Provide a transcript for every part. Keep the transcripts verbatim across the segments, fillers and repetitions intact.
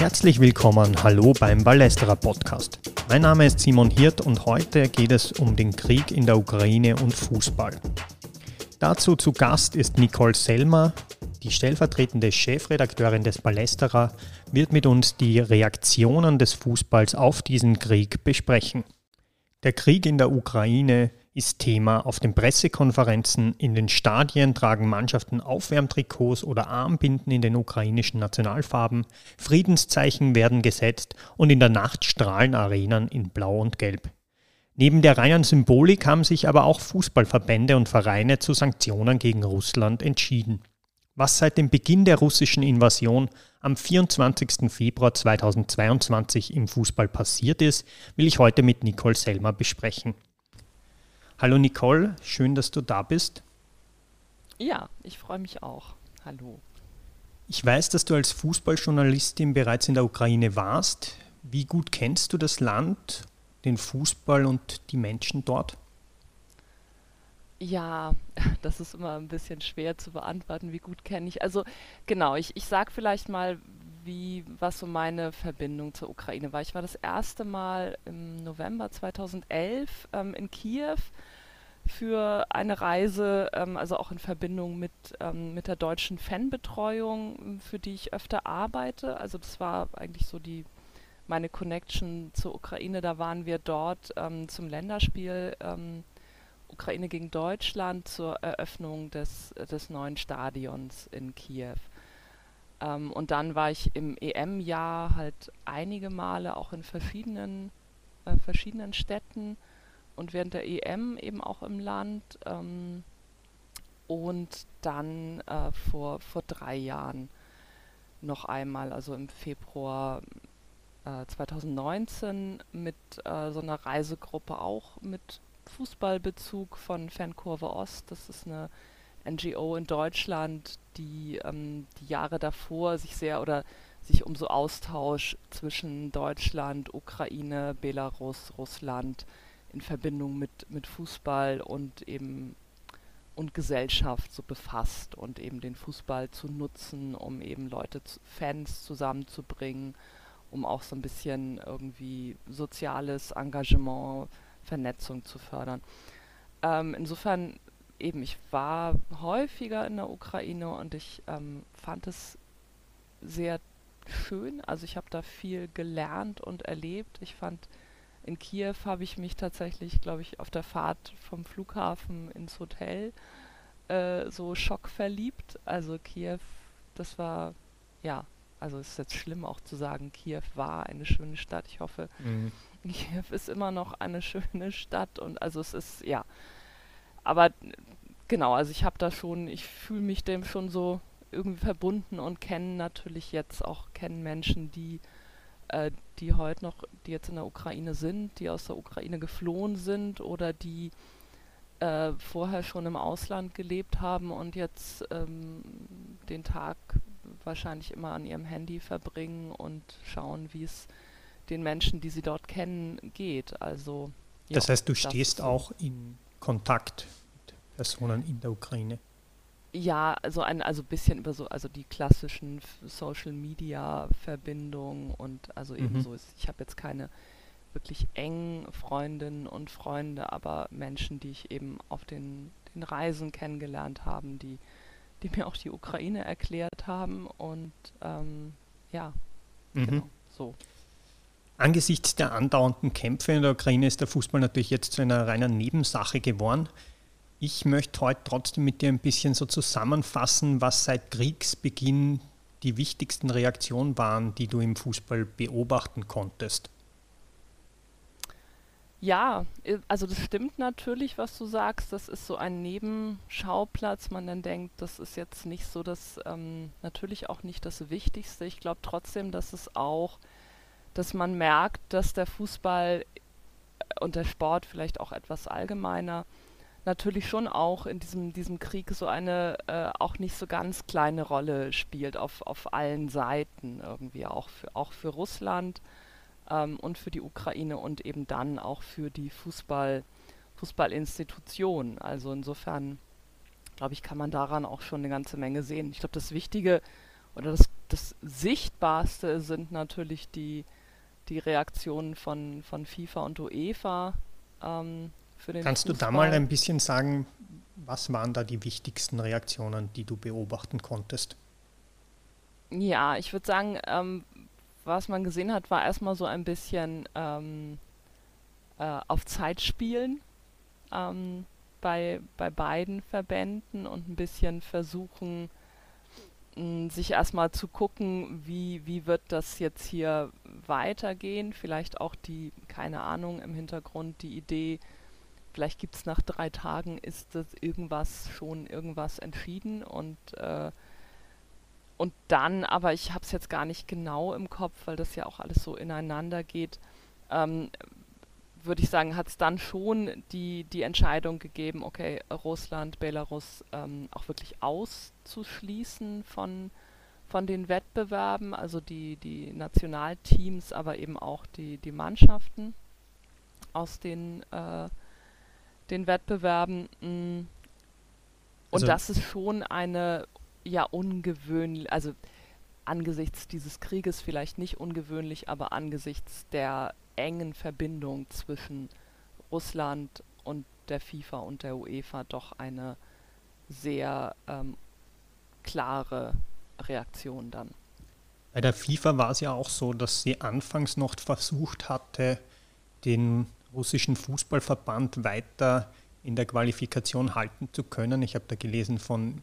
Herzlich willkommen, hallo beim Ballesterer Podcast. Mein Name ist Simon Hirt und heute geht es um den Krieg in der Ukraine und Fußball. Dazu zu Gast ist Nicole Selmer, die stellvertretende Chefredakteurin des Ballesterer, wird mit uns die Reaktionen des Fußballs auf diesen Krieg besprechen. Der Krieg in der Ukraine ist Thema auf den Pressekonferenzen, in den Stadien tragen Mannschaften Aufwärmtrikots oder Armbinden in den ukrainischen Nationalfarben, Friedenszeichen werden gesetzt und in der Nacht strahlen Arenen in Blau und Gelb. Neben der reinen Symbolik haben sich aber auch Fußballverbände und Vereine zu Sanktionen gegen Russland entschieden. Was seit dem Beginn der russischen Invasion am vierundzwanzigsten Februar zweitausendzweiundzwanzig im Fußball passiert ist, will ich heute mit Nicole Selmer besprechen. Hallo Nicole, schön, dass du da bist. Ja, ich freue mich auch. Hallo. Ich weiß, dass du als Fußballjournalistin bereits in der Ukraine warst. Wie gut kennst du das Land, den Fußball und die Menschen dort? Ja, das ist immer ein bisschen schwer zu beantworten, wie gut kenne ich. Also genau, ich, ich sage vielleicht mal, wie, was so meine Verbindung zur Ukraine war. Ich war das erste Mal im November zweitausendelf ähm, in Kiew für eine Reise, ähm, also auch in Verbindung mit, ähm, mit der deutschen Fanbetreuung, für die ich öfter arbeite. Also das war eigentlich so die meine Connection zur Ukraine. Da waren wir dort ähm, zum Länderspiel ähm, Ukraine gegen Deutschland zur Eröffnung des, des neuen Stadions in Kiew. Ähm, und dann war ich im E M-Jahr halt einige Male auch in verschiedenen, äh, verschiedenen Städten und während der E M eben auch im Land. Ähm, und dann äh, vor, vor drei Jahren noch einmal, also im Februar äh, zweitausendneunzehn mit äh, so einer Reisegruppe auch mit Fußballbezug von Fankurve Ost. Das ist eine N G O in Deutschland, die ähm, die Jahre davor sich sehr oder sich um so Austausch zwischen Deutschland, Ukraine, Belarus, Russland in Verbindung mit, mit Fußball und eben und Gesellschaft so befasst und eben den Fußball zu nutzen, um eben Leute, Fans zusammenzubringen, um auch so ein bisschen irgendwie soziales Engagement, Vernetzung zu fördern. Ähm, insofern eben, ich war häufiger in der Ukraine und ich ähm, fand es sehr schön. Also ich habe da viel gelernt und erlebt. Ich fand, in Kiew habe ich mich tatsächlich, glaube ich, auf der Fahrt vom Flughafen ins Hotel äh, so schockverliebt. Also Kiew, das war, ja, also es ist jetzt schlimm auch zu sagen, Kiew war eine schöne Stadt. Ich hoffe, mhm. Kiew ist immer noch eine schöne Stadt und also es ist, ja, aber genau, also ich habe da schon, ich fühle mich dem schon so irgendwie verbunden und kenne natürlich jetzt auch, kennen Menschen, die, äh, die heute noch, die jetzt in der Ukraine sind, die aus der Ukraine geflohen sind oder die äh, vorher schon im Ausland gelebt haben und jetzt ähm, den Tag wahrscheinlich immer an ihrem Handy verbringen und schauen, wie es den Menschen, die sie dort kennen, geht. Also, ja, das heißt, du stehst so auch in Kontakt mit Personen in der Ukraine? Ja, also ein also bisschen über so, also die klassischen Social Media Verbindungen und also mhm. eben so ist, ich habe jetzt keine wirklich engen Freundinnen und Freunde, aber Menschen, die ich eben auf den, den Reisen kennengelernt habe, die, die mir auch die Ukraine erklärt haben und ähm, ja, mhm. genau, so. Angesichts der andauernden Kämpfe in der Ukraine ist der Fußball natürlich jetzt zu einer reinen Nebensache geworden. Ich möchte heute trotzdem mit dir ein bisschen so zusammenfassen, was seit Kriegsbeginn die wichtigsten Reaktionen waren, die du im Fußball beobachten konntest. Ja, also das stimmt natürlich, was du sagst. Das ist so ein Nebenschauplatz. Man dann denkt, das ist jetzt nicht so das, ähm, natürlich auch nicht das Wichtigste. Ich glaube trotzdem, dass es auch, dass man merkt, dass der Fußball und der Sport vielleicht auch etwas allgemeiner natürlich schon auch in diesem, diesem Krieg so eine äh, auch nicht so ganz kleine Rolle spielt auf, auf allen Seiten irgendwie, auch für, auch für Russland ähm, und für die Ukraine und eben dann auch für die Fußball, Fußballinstitutionen. Also insofern, glaube ich, kann man daran auch schon eine ganze Menge sehen. Ich glaube, das Wichtige oder das, das Sichtbarste sind natürlich die, die Reaktionen von, von FIFA und UEFA ähm, für den Kannst du da mal Fußball. ein bisschen sagen, was waren da die wichtigsten Reaktionen, die du beobachten konntest? Ja, ich würde sagen, ähm, was man gesehen hat, war erstmal so ein bisschen ähm, äh, auf Zeit spielen ähm, bei, bei beiden Verbänden und ein bisschen versuchen, mh, sich erstmal zu gucken, wie, wie wird das jetzt hier weitergehen. Vielleicht auch die, keine Ahnung, im Hintergrund die Idee, vielleicht gibt es nach drei Tagen, ist das irgendwas schon irgendwas entschieden und äh, und dann, aber ich habe es jetzt gar nicht genau im Kopf, weil das ja auch alles so ineinander geht, ähm, würde ich sagen, hat es dann schon die, die Entscheidung gegeben, okay, Russland, Belarus ähm, auch wirklich auszuschließen von, von den Wettbewerben, also die, die Nationalteams, aber eben auch die, die Mannschaften aus den, äh, den Wettbewerben. mm. Und Also, das ist schon eine, ja, ungewöhnlich, also angesichts dieses Krieges vielleicht nicht ungewöhnlich, aber angesichts der engen Verbindung zwischen Russland und der FIFA und der UEFA doch eine sehr ähm, klare Reaktion dann. bei der FIFA war es ja auch so, dass sie anfangs noch versucht hatte, den russischen Fußballverband weiter in der Qualifikation halten zu können. Ich habe da gelesen von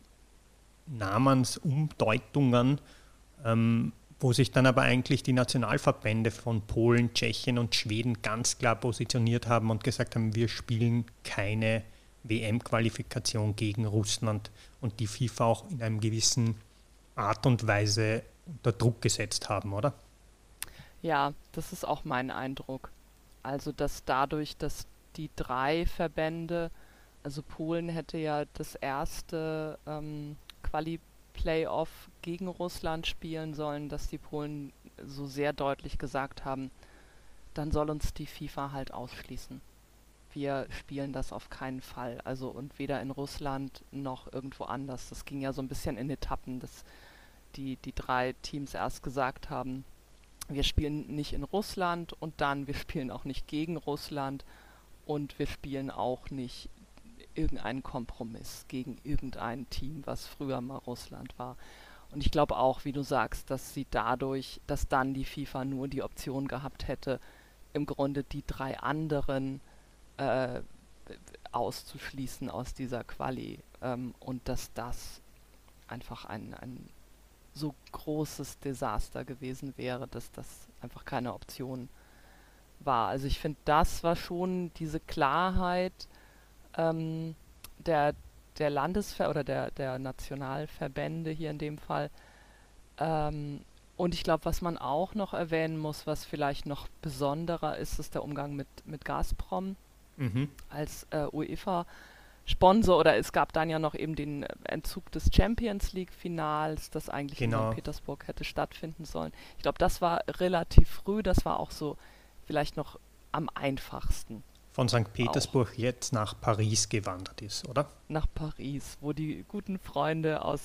Namensumdeutungen, ähm, wo sich dann aber eigentlich die Nationalverbände von Polen, Tschechien und Schweden ganz klar positioniert haben und gesagt haben, wir spielen keine W M-Qualifikation gegen Russland und die FIFA auch in einem gewissen Art und Weise unter Druck gesetzt haben, oder? Ja, das ist auch mein Eindruck. Also, dass dadurch, dass die drei Verbände, also Polen hätte ja das erste ähm, Quali-Playoff gegen Russland spielen sollen, dass die Polen so sehr deutlich gesagt haben, dann soll uns die FIFA halt ausschließen. Wir spielen das auf keinen Fall. Also und weder in Russland noch irgendwo anders. Das ging ja so ein bisschen in Etappen, dass die, die drei Teams erst gesagt haben, wir spielen nicht in Russland und dann wir spielen auch nicht gegen Russland und wir spielen auch nicht irgendeinen Kompromiss gegen irgendein Team, was früher mal Russland war. Und ich glaube auch, wie du sagst, dass sie dadurch, dass dann die FIFA nur die Option gehabt hätte, im Grunde die drei anderen äh, auszuschließen aus dieser Quali ähm, und dass das einfach ein, ein so großes Desaster gewesen wäre, dass das einfach keine Option war. Also ich finde, das war schon diese Klarheit ähm, der, der Landesver- oder der, der Nationalverbände hier in dem Fall. Ähm, und ich glaube, was man auch noch erwähnen muss, was vielleicht noch besonderer ist, ist der Umgang mit, mit Gazprom Mhm. als äh, UEFA-Sponsor. Oder es gab dann ja noch eben den Entzug des Champions League-Finals, das eigentlich in Sankt Genau, Petersburg hätte stattfinden sollen. Ich glaube, das war relativ früh, das war auch so vielleicht noch am einfachsten von Sankt auch. Petersburg jetzt nach Paris gewandert ist, oder? Nach Paris, wo die guten Freunde aus,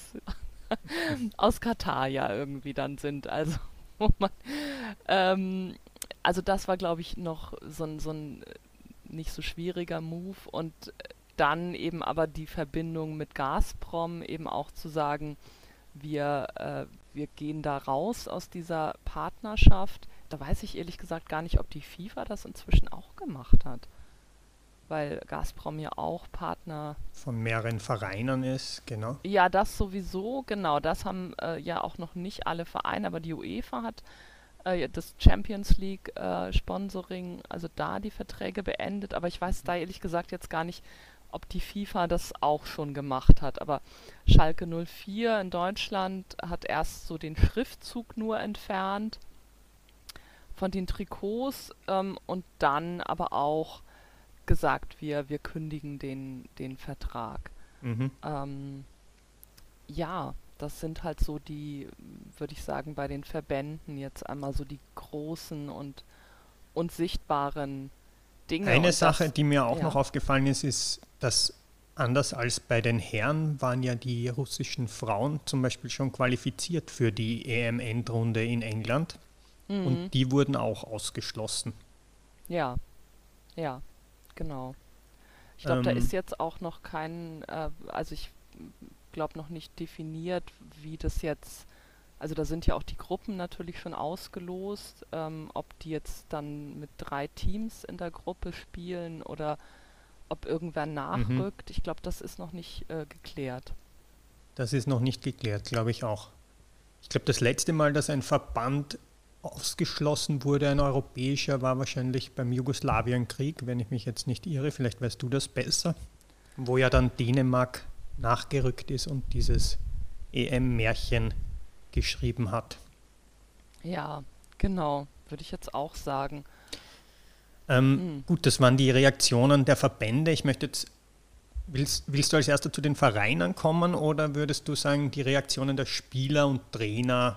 aus Katar ja irgendwie dann sind. Also, wo man, ähm, also das war, glaube ich, noch so ein, so ein nicht so schwieriger Move und dann eben aber die Verbindung mit Gazprom eben auch zu sagen, wir, äh, wir gehen da raus aus dieser Partnerschaft. Da weiß ich ehrlich gesagt gar nicht, ob die FIFA das inzwischen auch gemacht hat, weil Gazprom ja auch Partner. Von mehreren Vereinen ist, genau. Ja, das sowieso, genau. Das haben äh, ja auch noch nicht alle Vereine, aber die UEFA hat äh, das Champions League äh, Sponsoring, also da die Verträge beendet. Aber ich weiß da ehrlich gesagt jetzt gar nicht, ob die FIFA das auch schon gemacht hat. Aber Schalke null vier in Deutschland hat erst so den Schriftzug nur entfernt von den Trikots ähm, und dann aber auch gesagt, wir, wir kündigen den, den Vertrag. Mhm. Ähm, ja, das sind halt so die, würde ich sagen, bei den Verbänden jetzt einmal so die großen und, und sichtbaren Dinge. Eine Und Sache, das, die mir auch noch ja, aufgefallen ist, ist, dass anders als bei den Herren waren ja die russischen Frauen zum Beispiel schon qualifiziert für die E M-Endrunde in England Mhm. und die wurden auch ausgeschlossen. Ja, ja, genau. Ich glaube, da Ähm, ist jetzt auch noch kein, äh, also ich glaube noch nicht definiert, wie das jetzt, also da sind ja auch die Gruppen natürlich schon ausgelost, ähm, ob die jetzt dann mit drei Teams in der Gruppe spielen oder ob irgendwer mhm. nachrückt. Ich glaube, das ist noch nicht äh, geklärt. Das ist noch nicht geklärt, glaube ich auch. Ich glaube, das letzte Mal, dass ein Verband ausgeschlossen wurde, ein europäischer, war wahrscheinlich beim Jugoslawienkrieg, wenn ich mich jetzt nicht irre. Vielleicht weißt du das besser. Wo ja dann Dänemark nachgerückt ist und dieses E M-Märchen geschrieben hat. Ja, genau, würde ich jetzt auch sagen. Ähm, Hm. gut, das waren die Reaktionen der Verbände. Ich möchte jetzt, willst, willst du als erster zu den Vereinen kommen oder würdest du sagen, die Reaktionen der Spieler und Trainer?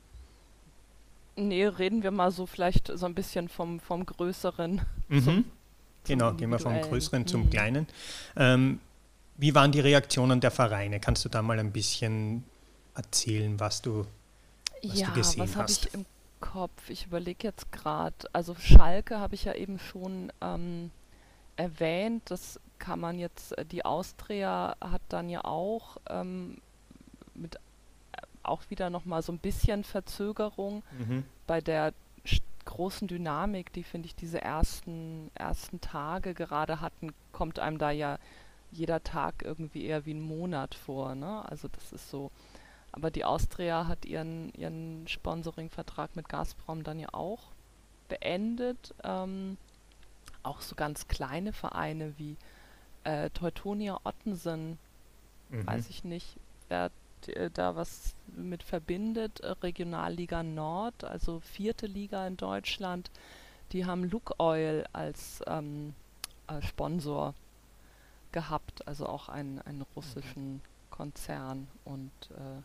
Nee, reden wir mal so vielleicht so ein bisschen vom, vom Größeren Mhm. zum, zum Genau, gehen wir vom Individuellen. Größeren zum Hm. Kleinen. Ähm, wie waren die Reaktionen der Vereine? Kannst du da mal ein bisschen erzählen, was du, was du Ja, gesehen was habe hast? ich im Kopf? Ich überlege jetzt gerade. Also Schalke habe ich ja eben schon ähm, erwähnt. Das kann man jetzt, äh, die Austria hat dann ja auch ähm, mit auch wieder nochmal so ein bisschen Verzögerung Mhm. bei der sch- großen Dynamik, die finde ich diese ersten, ersten Tage gerade hatten, kommt einem da ja jeder Tag irgendwie eher wie ein Monat vor, ne? Also das ist so. Aber die Austria hat ihren, ihren Sponsoring-Vertrag mit Gazprom dann ja auch beendet. Ähm, auch so ganz kleine Vereine wie äh, Teutonia Ottensen, Mhm. weiß ich nicht, wer d- äh, da was mit verbindet. Äh, Regionalliga Nord, also vierte Liga in Deutschland, die haben Lukoil als ähm, äh, Sponsor gehabt, also auch einen, einen russischen Konzern und äh,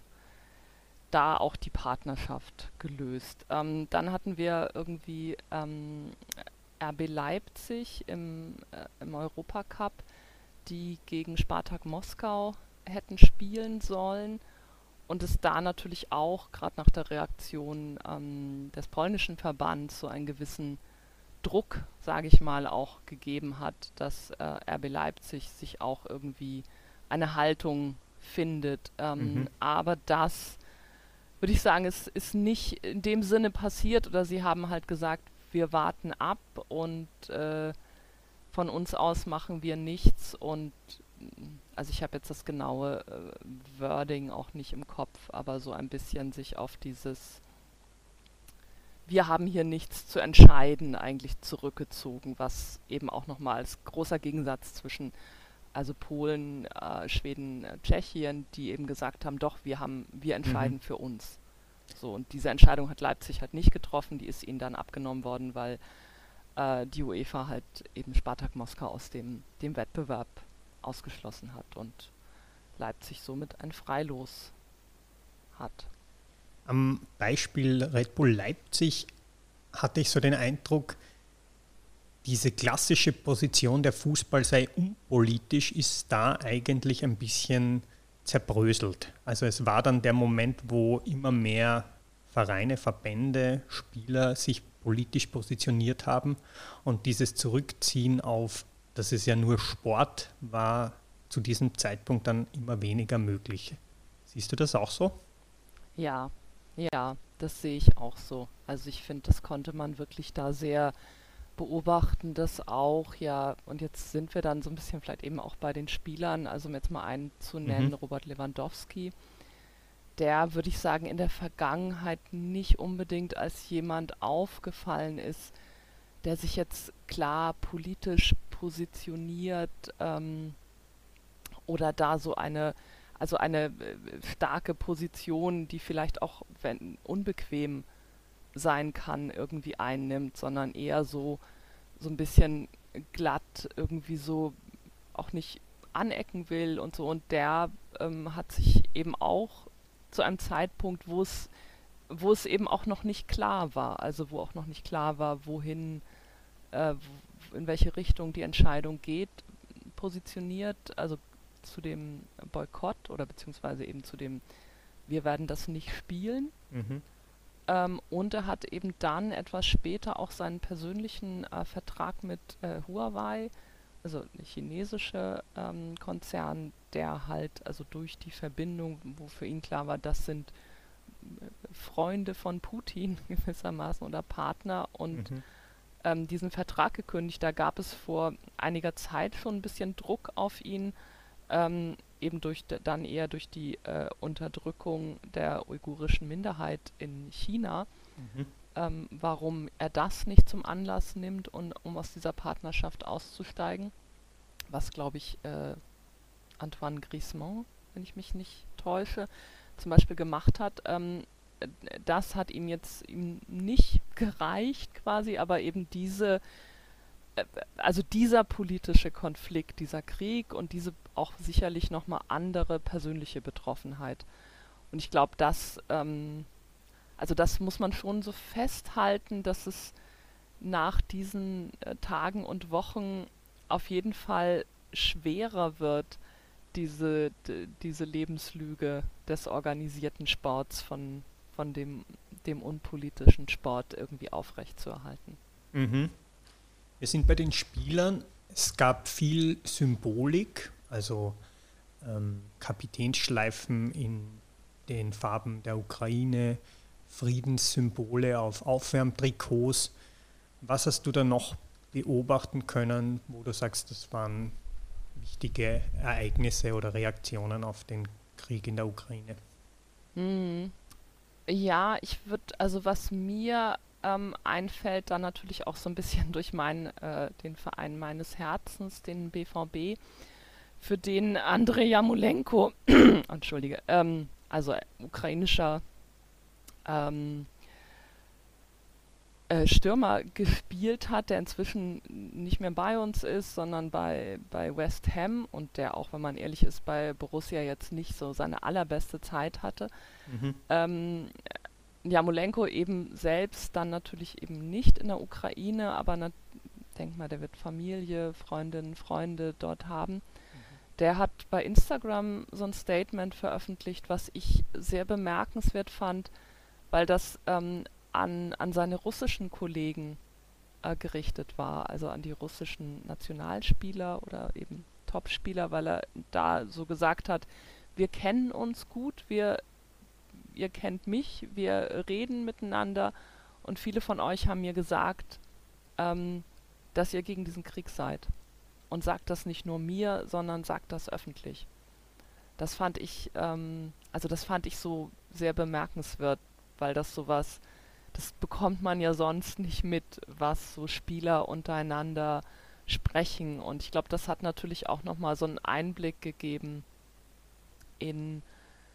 da auch die Partnerschaft gelöst. Ähm, dann hatten wir irgendwie ähm, R B Leipzig im, äh, im Europacup, die gegen Spartak Moskau hätten spielen sollen und es da natürlich auch gerade nach der Reaktion ähm, des polnischen Verbands so einen gewissen Druck, sage ich mal, auch gegeben hat, dass äh, R B Leipzig sich auch irgendwie eine Haltung findet. Mhm. Ähm, aber das würde ich sagen, es ist nicht in dem Sinne passiert oder sie haben halt gesagt, wir warten ab und äh, von uns aus machen wir nichts und mm, also ich habe jetzt das genaue äh, Wording auch nicht im Kopf, aber so ein bisschen sich auf dieses wir haben hier nichts zu entscheiden eigentlich zurückgezogen, was eben auch nochmal als großer Gegensatz zwischen also Polen, äh, Schweden, äh, Tschechien, die eben gesagt haben, doch, wir haben, wir Mhm. entscheiden für uns. So, und diese Entscheidung hat Leipzig halt nicht getroffen, die ist ihnen dann abgenommen worden, weil äh, die UEFA halt eben Spartak Moskau aus dem, dem Wettbewerb ausgeschlossen hat und Leipzig somit ein Freilos hat. Am Beispiel Red Bull Leipzig hatte ich so den Eindruck, diese klassische Position, der Fußball sei unpolitisch, ist da eigentlich ein bisschen zerbröselt. Also es war dann der Moment, wo immer mehr Vereine, Verbände, Spieler sich politisch positioniert haben und dieses Zurückziehen auf, das ist ja nur Sport, war zu diesem Zeitpunkt dann immer weniger möglich. Siehst du das auch so? Ja, ja, das sehe ich auch so. Also ich finde, das konnte man wirklich da sehr beobachten, dass auch, ja, und jetzt sind wir dann so ein bisschen vielleicht eben auch bei den Spielern, also um jetzt mal einen zu Mhm. nennen, Robert Lewandowski, der, würde ich sagen, in der Vergangenheit nicht unbedingt als jemand aufgefallen ist, der sich jetzt klar politisch positioniert ähm, oder da so eine, also eine äh, starke Position, die vielleicht auch, wenn unbequem sein kann, irgendwie einnimmt, sondern eher so, so ein bisschen glatt irgendwie so auch nicht anecken will und so. Und der ähm, hat sich eben auch zu einem Zeitpunkt, wo es, wo es eben auch noch nicht klar war, also wo auch noch nicht klar war, wohin, äh, in welche Richtung die Entscheidung geht, positioniert. Also zu dem Boykott oder beziehungsweise eben zu dem, wir werden das nicht spielen. Mhm. Ähm, und er hat eben dann etwas später auch seinen persönlichen äh, Vertrag mit äh, Huawei, also ein chinesischer ähm, Konzern, der halt also durch die Verbindung, wo für ihn klar war, das sind äh, Freunde von Putin gewissermaßen oder Partner und Mhm. ähm, diesen Vertrag gekündigt. Da gab es vor einiger Zeit schon ein bisschen Druck auf ihn, ähm, eben durch d- dann eher durch die äh, Unterdrückung der uigurischen Minderheit in China, Mhm. ähm, warum er das nicht zum Anlass nimmt, und, um aus dieser Partnerschaft auszusteigen, was glaube ich äh, Antoine Griezmann, wenn ich mich nicht täusche, zum Beispiel gemacht hat. Ähm, äh, das hat ihm jetzt ihm nicht gereicht quasi, aber eben diese äh, also dieser politische Konflikt, dieser Krieg und diese auch sicherlich nochmal andere persönliche Betroffenheit. Und ich glaube, das, ähm, also das muss man schon so festhalten, dass es nach diesen äh, Tagen und Wochen auf jeden Fall schwerer wird, diese, d- diese Lebenslüge des organisierten Sports von, von dem, dem unpolitischen Sport irgendwie aufrechtzuerhalten. Mhm. Wir sind bei den Spielern. Es gab viel Symbolik, also ähm, Kapitänsschleifen in den Farben der Ukraine, Friedenssymbole auf Aufwärmtrikots. Was hast du da noch beobachten können, wo du sagst, das waren wichtige Ereignisse oder Reaktionen auf den Krieg in der Ukraine? Hm. Ja, ich würde, also was mir ähm, einfällt, dann natürlich auch so ein bisschen durch meinen, äh, den Verein meines Herzens, den B V B, für den Andrei Jarmolenko, entschuldige, ähm, also äh, ukrainischer ähm, äh, Stürmer gespielt hat, der inzwischen nicht mehr bei uns ist, sondern bei, bei West Ham und der auch, wenn man ehrlich ist, bei Borussia jetzt nicht so seine allerbeste Zeit hatte. Mhm. Ähm, Jarmolenko eben selbst dann natürlich eben nicht in der Ukraine, aber na, denk mal, der wird Familie, Freundinnen, Freunde dort haben. Der hat bei Instagram so ein Statement veröffentlicht, was ich sehr bemerkenswert fand, weil das ähm, an, an seine russischen Kollegen äh, gerichtet war, also an die russischen Nationalspieler oder eben Topspieler, weil er da so gesagt hat, wir kennen uns gut, wir ihr kennt mich, wir reden miteinander und viele von euch haben mir gesagt, ähm, dass ihr gegen diesen Krieg seid. Und sagt das nicht nur mir, sondern sagt das öffentlich. Das fand ich, ähm, also das fand ich so sehr bemerkenswert, weil das sowas, das bekommt man ja sonst nicht mit, was so Spieler untereinander sprechen. Und ich glaube, das hat natürlich auch nochmal so einen Einblick gegeben in,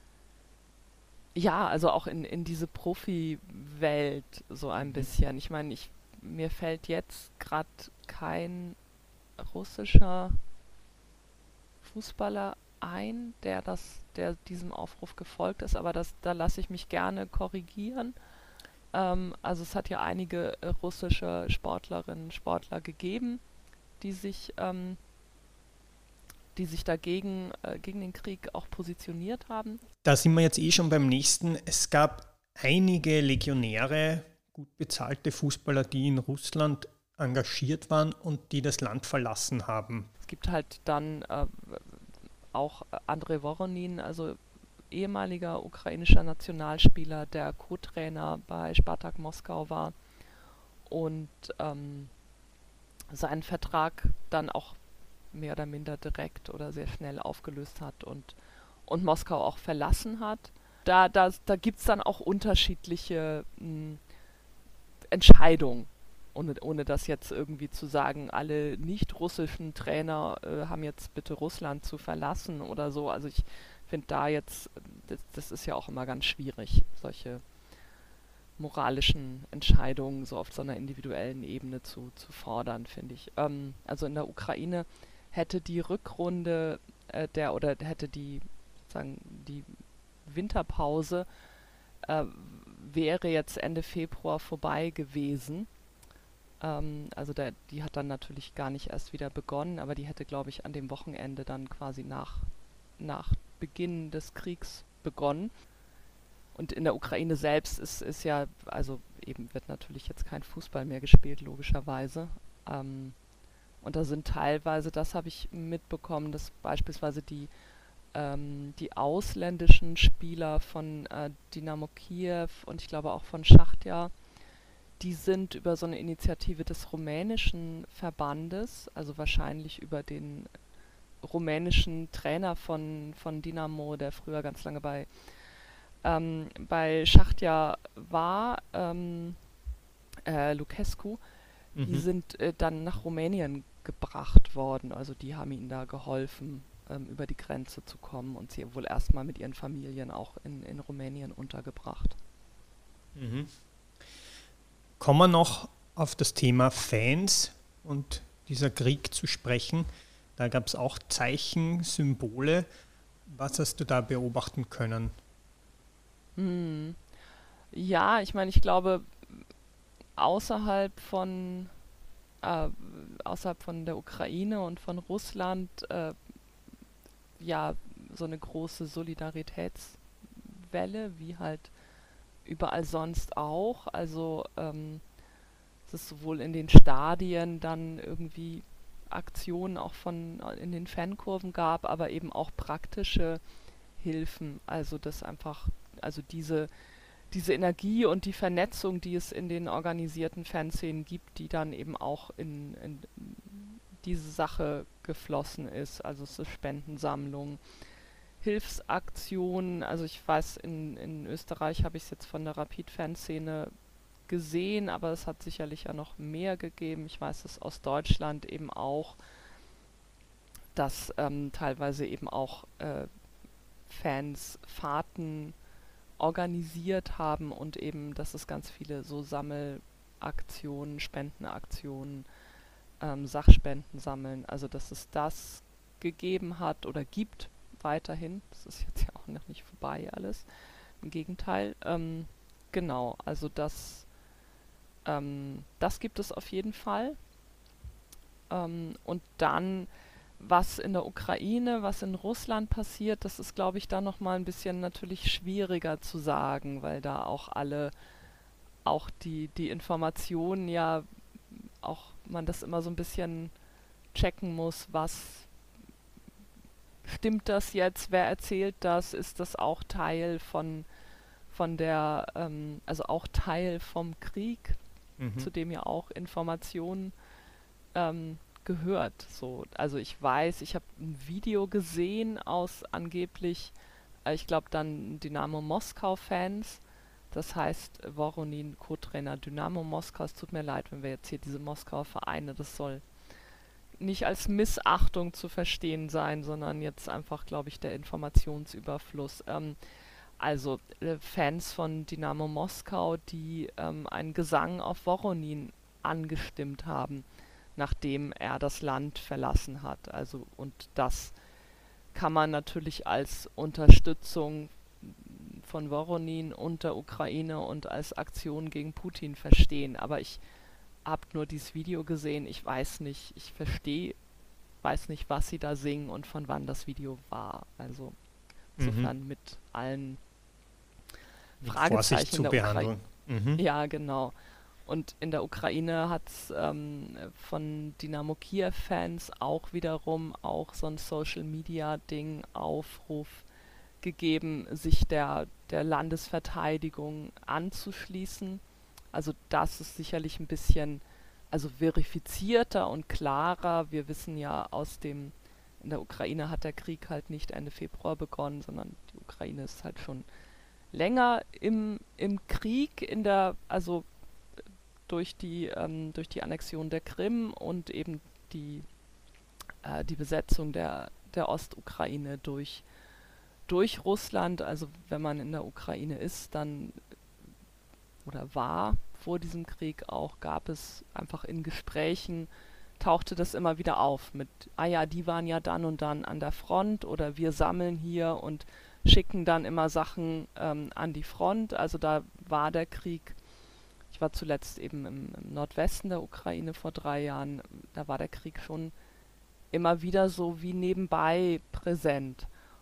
ja, also auch in, in diese Profi-Welt so ein Mhm. bisschen. Ich meine, ich, mir fällt jetzt gerade kein russischer Fußballer ein, der das, der diesem Aufruf gefolgt ist, aber das, da lasse ich mich gerne korrigieren. Ähm, also es hat ja einige äh, russische Sportlerinnen, Sportler gegeben, die sich, ähm, die sich dagegen, äh, gegen den Krieg auch positioniert haben. Da sind wir jetzt eh schon beim nächsten. Es gab einige Legionäre, gut bezahlte Fußballer, die in Russland engagiert waren und die das Land verlassen haben. Es gibt halt dann äh, auch Andrei Voronin, also ehemaliger ukrainischer Nationalspieler, der Co-Trainer bei Spartak Moskau war und ähm, seinen Vertrag dann auch mehr oder minder direkt oder sehr schnell aufgelöst hat und, und Moskau auch verlassen hat. Da, da, da gibt es dann auch unterschiedliche mh, Entscheidungen, ohne, ohne das jetzt irgendwie zu sagen, alle nicht-russischen Trainer äh, haben jetzt bitte Russland zu verlassen oder so. Also ich finde da jetzt, das, das ist ja auch immer ganz schwierig, solche moralischen Entscheidungen so auf so einer individuellen Ebene zu, zu fordern, finde ich. Ähm, also in der Ukraine hätte die Rückrunde äh, der oder hätte die sozusagen die Winterpause äh, wäre jetzt Ende Februar vorbei gewesen. Ähm, also der, die hat dann natürlich gar nicht erst wieder begonnen, aber die hätte, glaube ich, an dem Wochenende dann quasi nach nach Beginn des Kriegs begonnen. Und in der Ukraine selbst ist, ist ja, also eben wird natürlich jetzt kein Fußball mehr gespielt, logischerweise. Ähm, und da sind teilweise, das habe ich mitbekommen, dass beispielsweise die, ähm, die ausländischen Spieler von äh, Dynamo Kiew und ich glaube auch von Schachtja, die sind über so eine Initiative des rumänischen Verbandes, also wahrscheinlich über den rumänischen Trainer von, von Dynamo, der früher ganz lange bei Ähm, bei Schachtja war, ähm, äh, Lucescu, die Mhm. sind äh, dann nach Rumänien gebracht worden. Also die haben ihnen da geholfen, ähm, über die Grenze zu kommen und sie wohl erstmal mit ihren Familien auch in, in Rumänien untergebracht. Mhm. Kommen wir noch auf das Thema Fans und dieser Krieg zu sprechen. Da gab es auch Zeichen, Symbole. Was hast du da beobachten können? Hm. Ja, ich meine, ich glaube, außerhalb von, äh, außerhalb von der Ukraine und von Russland, äh, ja, so eine große Solidaritätswelle, wie halt überall sonst auch. Also ähm, es ist sowohl in den Stadien dann irgendwie Aktionen auch von äh, in den Fankurven gab, aber eben auch praktische Hilfen. Also das einfach, also diese diese Energie und die Vernetzung, die es in den organisierten Fanszenen gibt, die dann eben auch in, in diese Sache geflossen ist. Also es ist Spendensammlung, Hilfsaktionen. Also ich weiß, in, in Österreich habe ich es jetzt von der Rapid-Fanszene gesehen, aber es hat sicherlich ja noch mehr gegeben. Ich weiß es aus Deutschland eben auch, dass ähm, teilweise eben auch äh, Fans Fahrten organisiert haben und eben, dass es ganz viele so Sammelaktionen, Spendenaktionen, ähm, Sachspenden sammeln, also dass es das gegeben hat oder gibt weiterhin. Das ist jetzt ja auch noch nicht vorbei alles. Im Gegenteil. Ähm, genau, also das, ähm, das gibt es auf jeden Fall. Ähm, und dann, was in der Ukraine, was in Russland passiert, das ist, glaube ich, da nochmal ein bisschen natürlich schwieriger zu sagen, weil da auch alle, auch die, die Informationen ja, auch man das immer so ein bisschen checken muss, was stimmt das jetzt, wer erzählt das, ist das auch Teil von, von der, ähm, also auch Teil vom Krieg, Mhm. zu dem ja auch Informationen ähm, gehört. So, also ich weiß, ich habe ein Video gesehen aus angeblich, äh, ich glaube dann Dynamo Moskau-Fans. Das heißt, Voronin, Co-Trainer Dynamo Moskau. Es tut mir leid, wenn wir jetzt hier diese Moskauer Vereine, das soll nicht als Missachtung zu verstehen sein, sondern jetzt einfach, glaube ich, der Informationsüberfluss. Ähm, also äh, Fans von Dynamo Moskau, die ähm, einen Gesang auf Voronin angestimmt haben, nachdem er das Land verlassen hat. Also und das kann man natürlich als Unterstützung von Voronin und der Ukraine und als Aktion gegen Putin verstehen. Aber ich habe nur dieses Video gesehen. Ich weiß nicht, ich verstehe, weiß nicht, was sie da singen und von wann das Video war. Also Mhm. insofern mit allen Mit Vorsicht Fragezeichen in zu der Ukraine. behandeln. Mhm. Ja, genau. Und in der Ukraine hat es ähm, von Dynamo Kiew-Fans auch wiederum auch so ein Social-Media-Ding, Aufruf gegeben, sich der, der Landesverteidigung anzuschließen. Also das ist sicherlich ein bisschen also verifizierter und klarer. Wir wissen ja aus dem, in der Ukraine hat der Krieg halt nicht Ende Februar begonnen, sondern die Ukraine ist halt schon länger im, im Krieg, in der, also durch die, ähm, durch die Annexion der Krim und eben die, äh, die Besetzung der, der Ostukraine durch, durch Russland. Also wenn man in der Ukraine ist, dann oder war vor diesem Krieg auch, gab es einfach in Gesprächen, tauchte das immer wieder auf mit, ah ja, die waren ja dann und dann an der Front oder wir sammeln hier und schicken dann immer Sachen ähm, an die Front. Also da war der Krieg. Ich war zuletzt eben im, im Nordwesten der Ukraine vor drei Jahren. Da war der Krieg schon immer wieder so wie nebenbei präsent.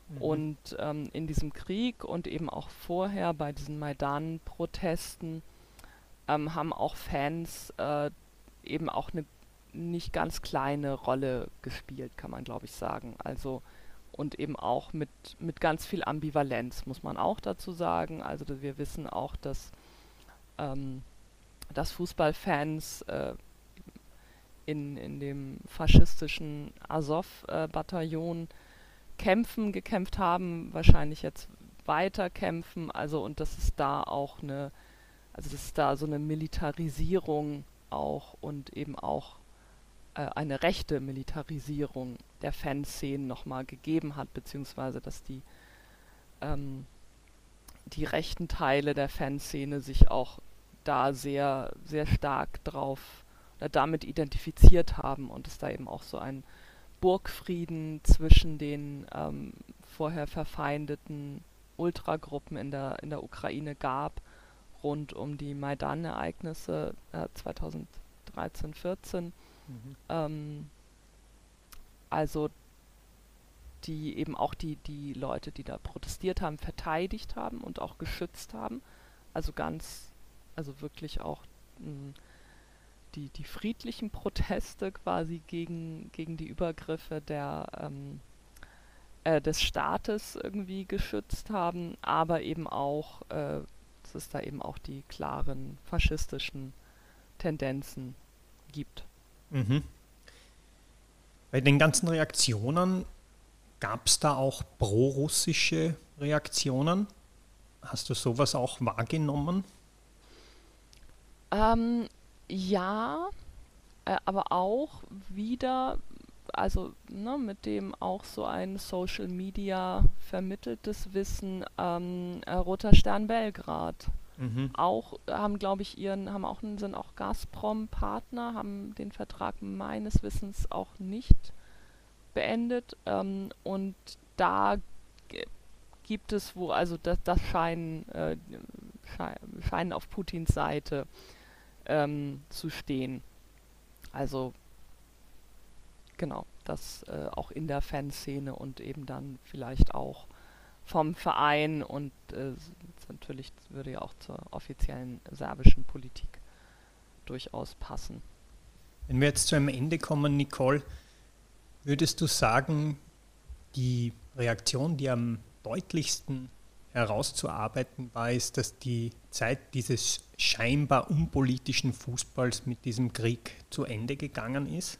Mhm. Und ähm, in diesem Krieg und eben auch vorher bei diesen Maidan-Protesten ähm, haben auch Fans äh, eben auch eine nicht ganz kleine Rolle gespielt, kann man glaube ich sagen. Also und eben auch mit, mit ganz viel Ambivalenz, muss man auch dazu sagen. Also wir wissen auch, dass, ähm, dass Fußballfans äh, in, in dem faschistischen Azov-Bataillon äh, kämpfen, gekämpft haben, wahrscheinlich jetzt weiter kämpfen, also und dass es da auch eine, also dass es da so eine Militarisierung auch und eben auch äh, eine rechte Militarisierung der Fanszenen nochmal gegeben hat, beziehungsweise dass die ähm, die rechten Teile der Fanszene sich auch da sehr, sehr stark drauf oder damit identifiziert haben und es da eben auch so ein Burgfrieden zwischen den ähm, vorher verfeindeten Ultragruppen in der, in der Ukraine gab, rund um die Maidan-Ereignisse äh, zweitausenddreizehn vierzehn. Mhm. Ähm, also die eben auch die, die Leute, die da protestiert haben, verteidigt haben und auch geschützt haben. Also ganz, also wirklich auch mh, Die, die friedlichen Proteste quasi gegen, gegen die Übergriffe der, ähm, äh, des Staates irgendwie geschützt haben, aber eben auch, äh, dass es da eben auch die klaren faschistischen Tendenzen gibt. Mhm. Bei den ganzen Reaktionen gab es da auch prorussische Reaktionen? Hast du sowas auch wahrgenommen? Ähm, Ja, äh, aber auch wieder, also ne, mit dem auch so ein Social Media vermitteltes Wissen, ähm, äh, Roter Stern Belgrad. Mhm. Auch haben, glaube ich, ihren, haben auch sind auch Gazprom-Partner, haben den Vertrag meines Wissens auch nicht beendet. Ähm, und da g- gibt es wo, also das, das scheinen, äh, schei- scheinen auf Putins Seite Ähm, zu stehen. Also genau, das äh, auch in der Fanszene und eben dann vielleicht auch vom Verein und äh, natürlich würde ja auch zur offiziellen serbischen Politik durchaus passen. Wenn wir jetzt zu einem Ende kommen, Nicole, würdest du sagen, die Reaktion, die am deutlichsten herauszuarbeiten war, ist, dass die Zeit dieses scheinbar unpolitischen Fußballs mit diesem Krieg zu Ende gegangen ist?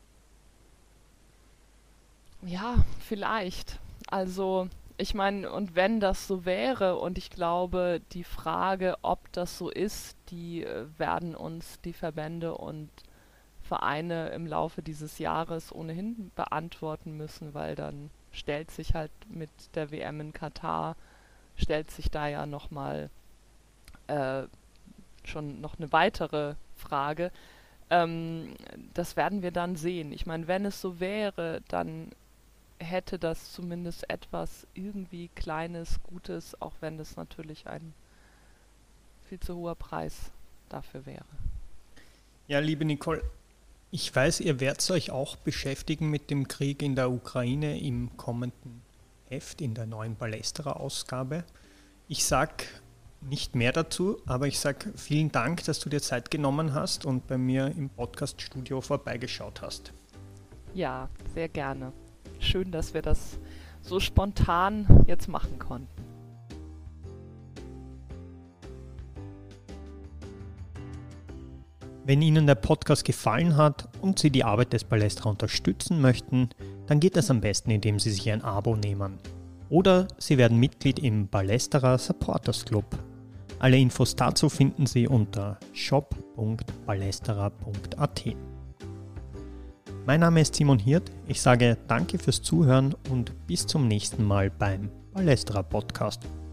Ja, vielleicht. Also ich meine, und wenn das so wäre, und ich glaube, die Frage, ob das so ist, die äh, werden uns die Verbände und Vereine im Laufe dieses Jahres ohnehin beantworten müssen, weil dann stellt sich halt mit der W M in Katar, stellt sich da ja nochmal äh, schon noch eine weitere Frage. Ähm, das werden wir dann sehen. Ich meine, wenn es so wäre, dann hätte das zumindest etwas irgendwie Kleines, Gutes, auch wenn das natürlich ein viel zu hoher Preis dafür wäre. Ja, liebe Nicole, ich weiß, ihr werdet euch auch beschäftigen mit dem Krieg in der Ukraine im kommenden Heft, in der neuen Ballesterer-Ausgabe. Ich sage nicht mehr dazu, aber ich sage vielen Dank, dass du dir Zeit genommen hast und bei mir im Podcast-Studio vorbeigeschaut hast. Ja, sehr gerne. Schön, dass wir das so spontan jetzt machen konnten. Wenn Ihnen der Podcast gefallen hat und Sie die Arbeit des Ballesterer unterstützen möchten, dann geht das am besten, indem Sie sich ein Abo nehmen. Oder Sie werden Mitglied im Ballesterer Supporters Club. Alle Infos dazu finden Sie unter shop punkt ballesterer punkt a t. Mein Name ist Simon Hirt, ich sage danke fürs Zuhören und bis zum nächsten Mal beim Ballesterer Podcast.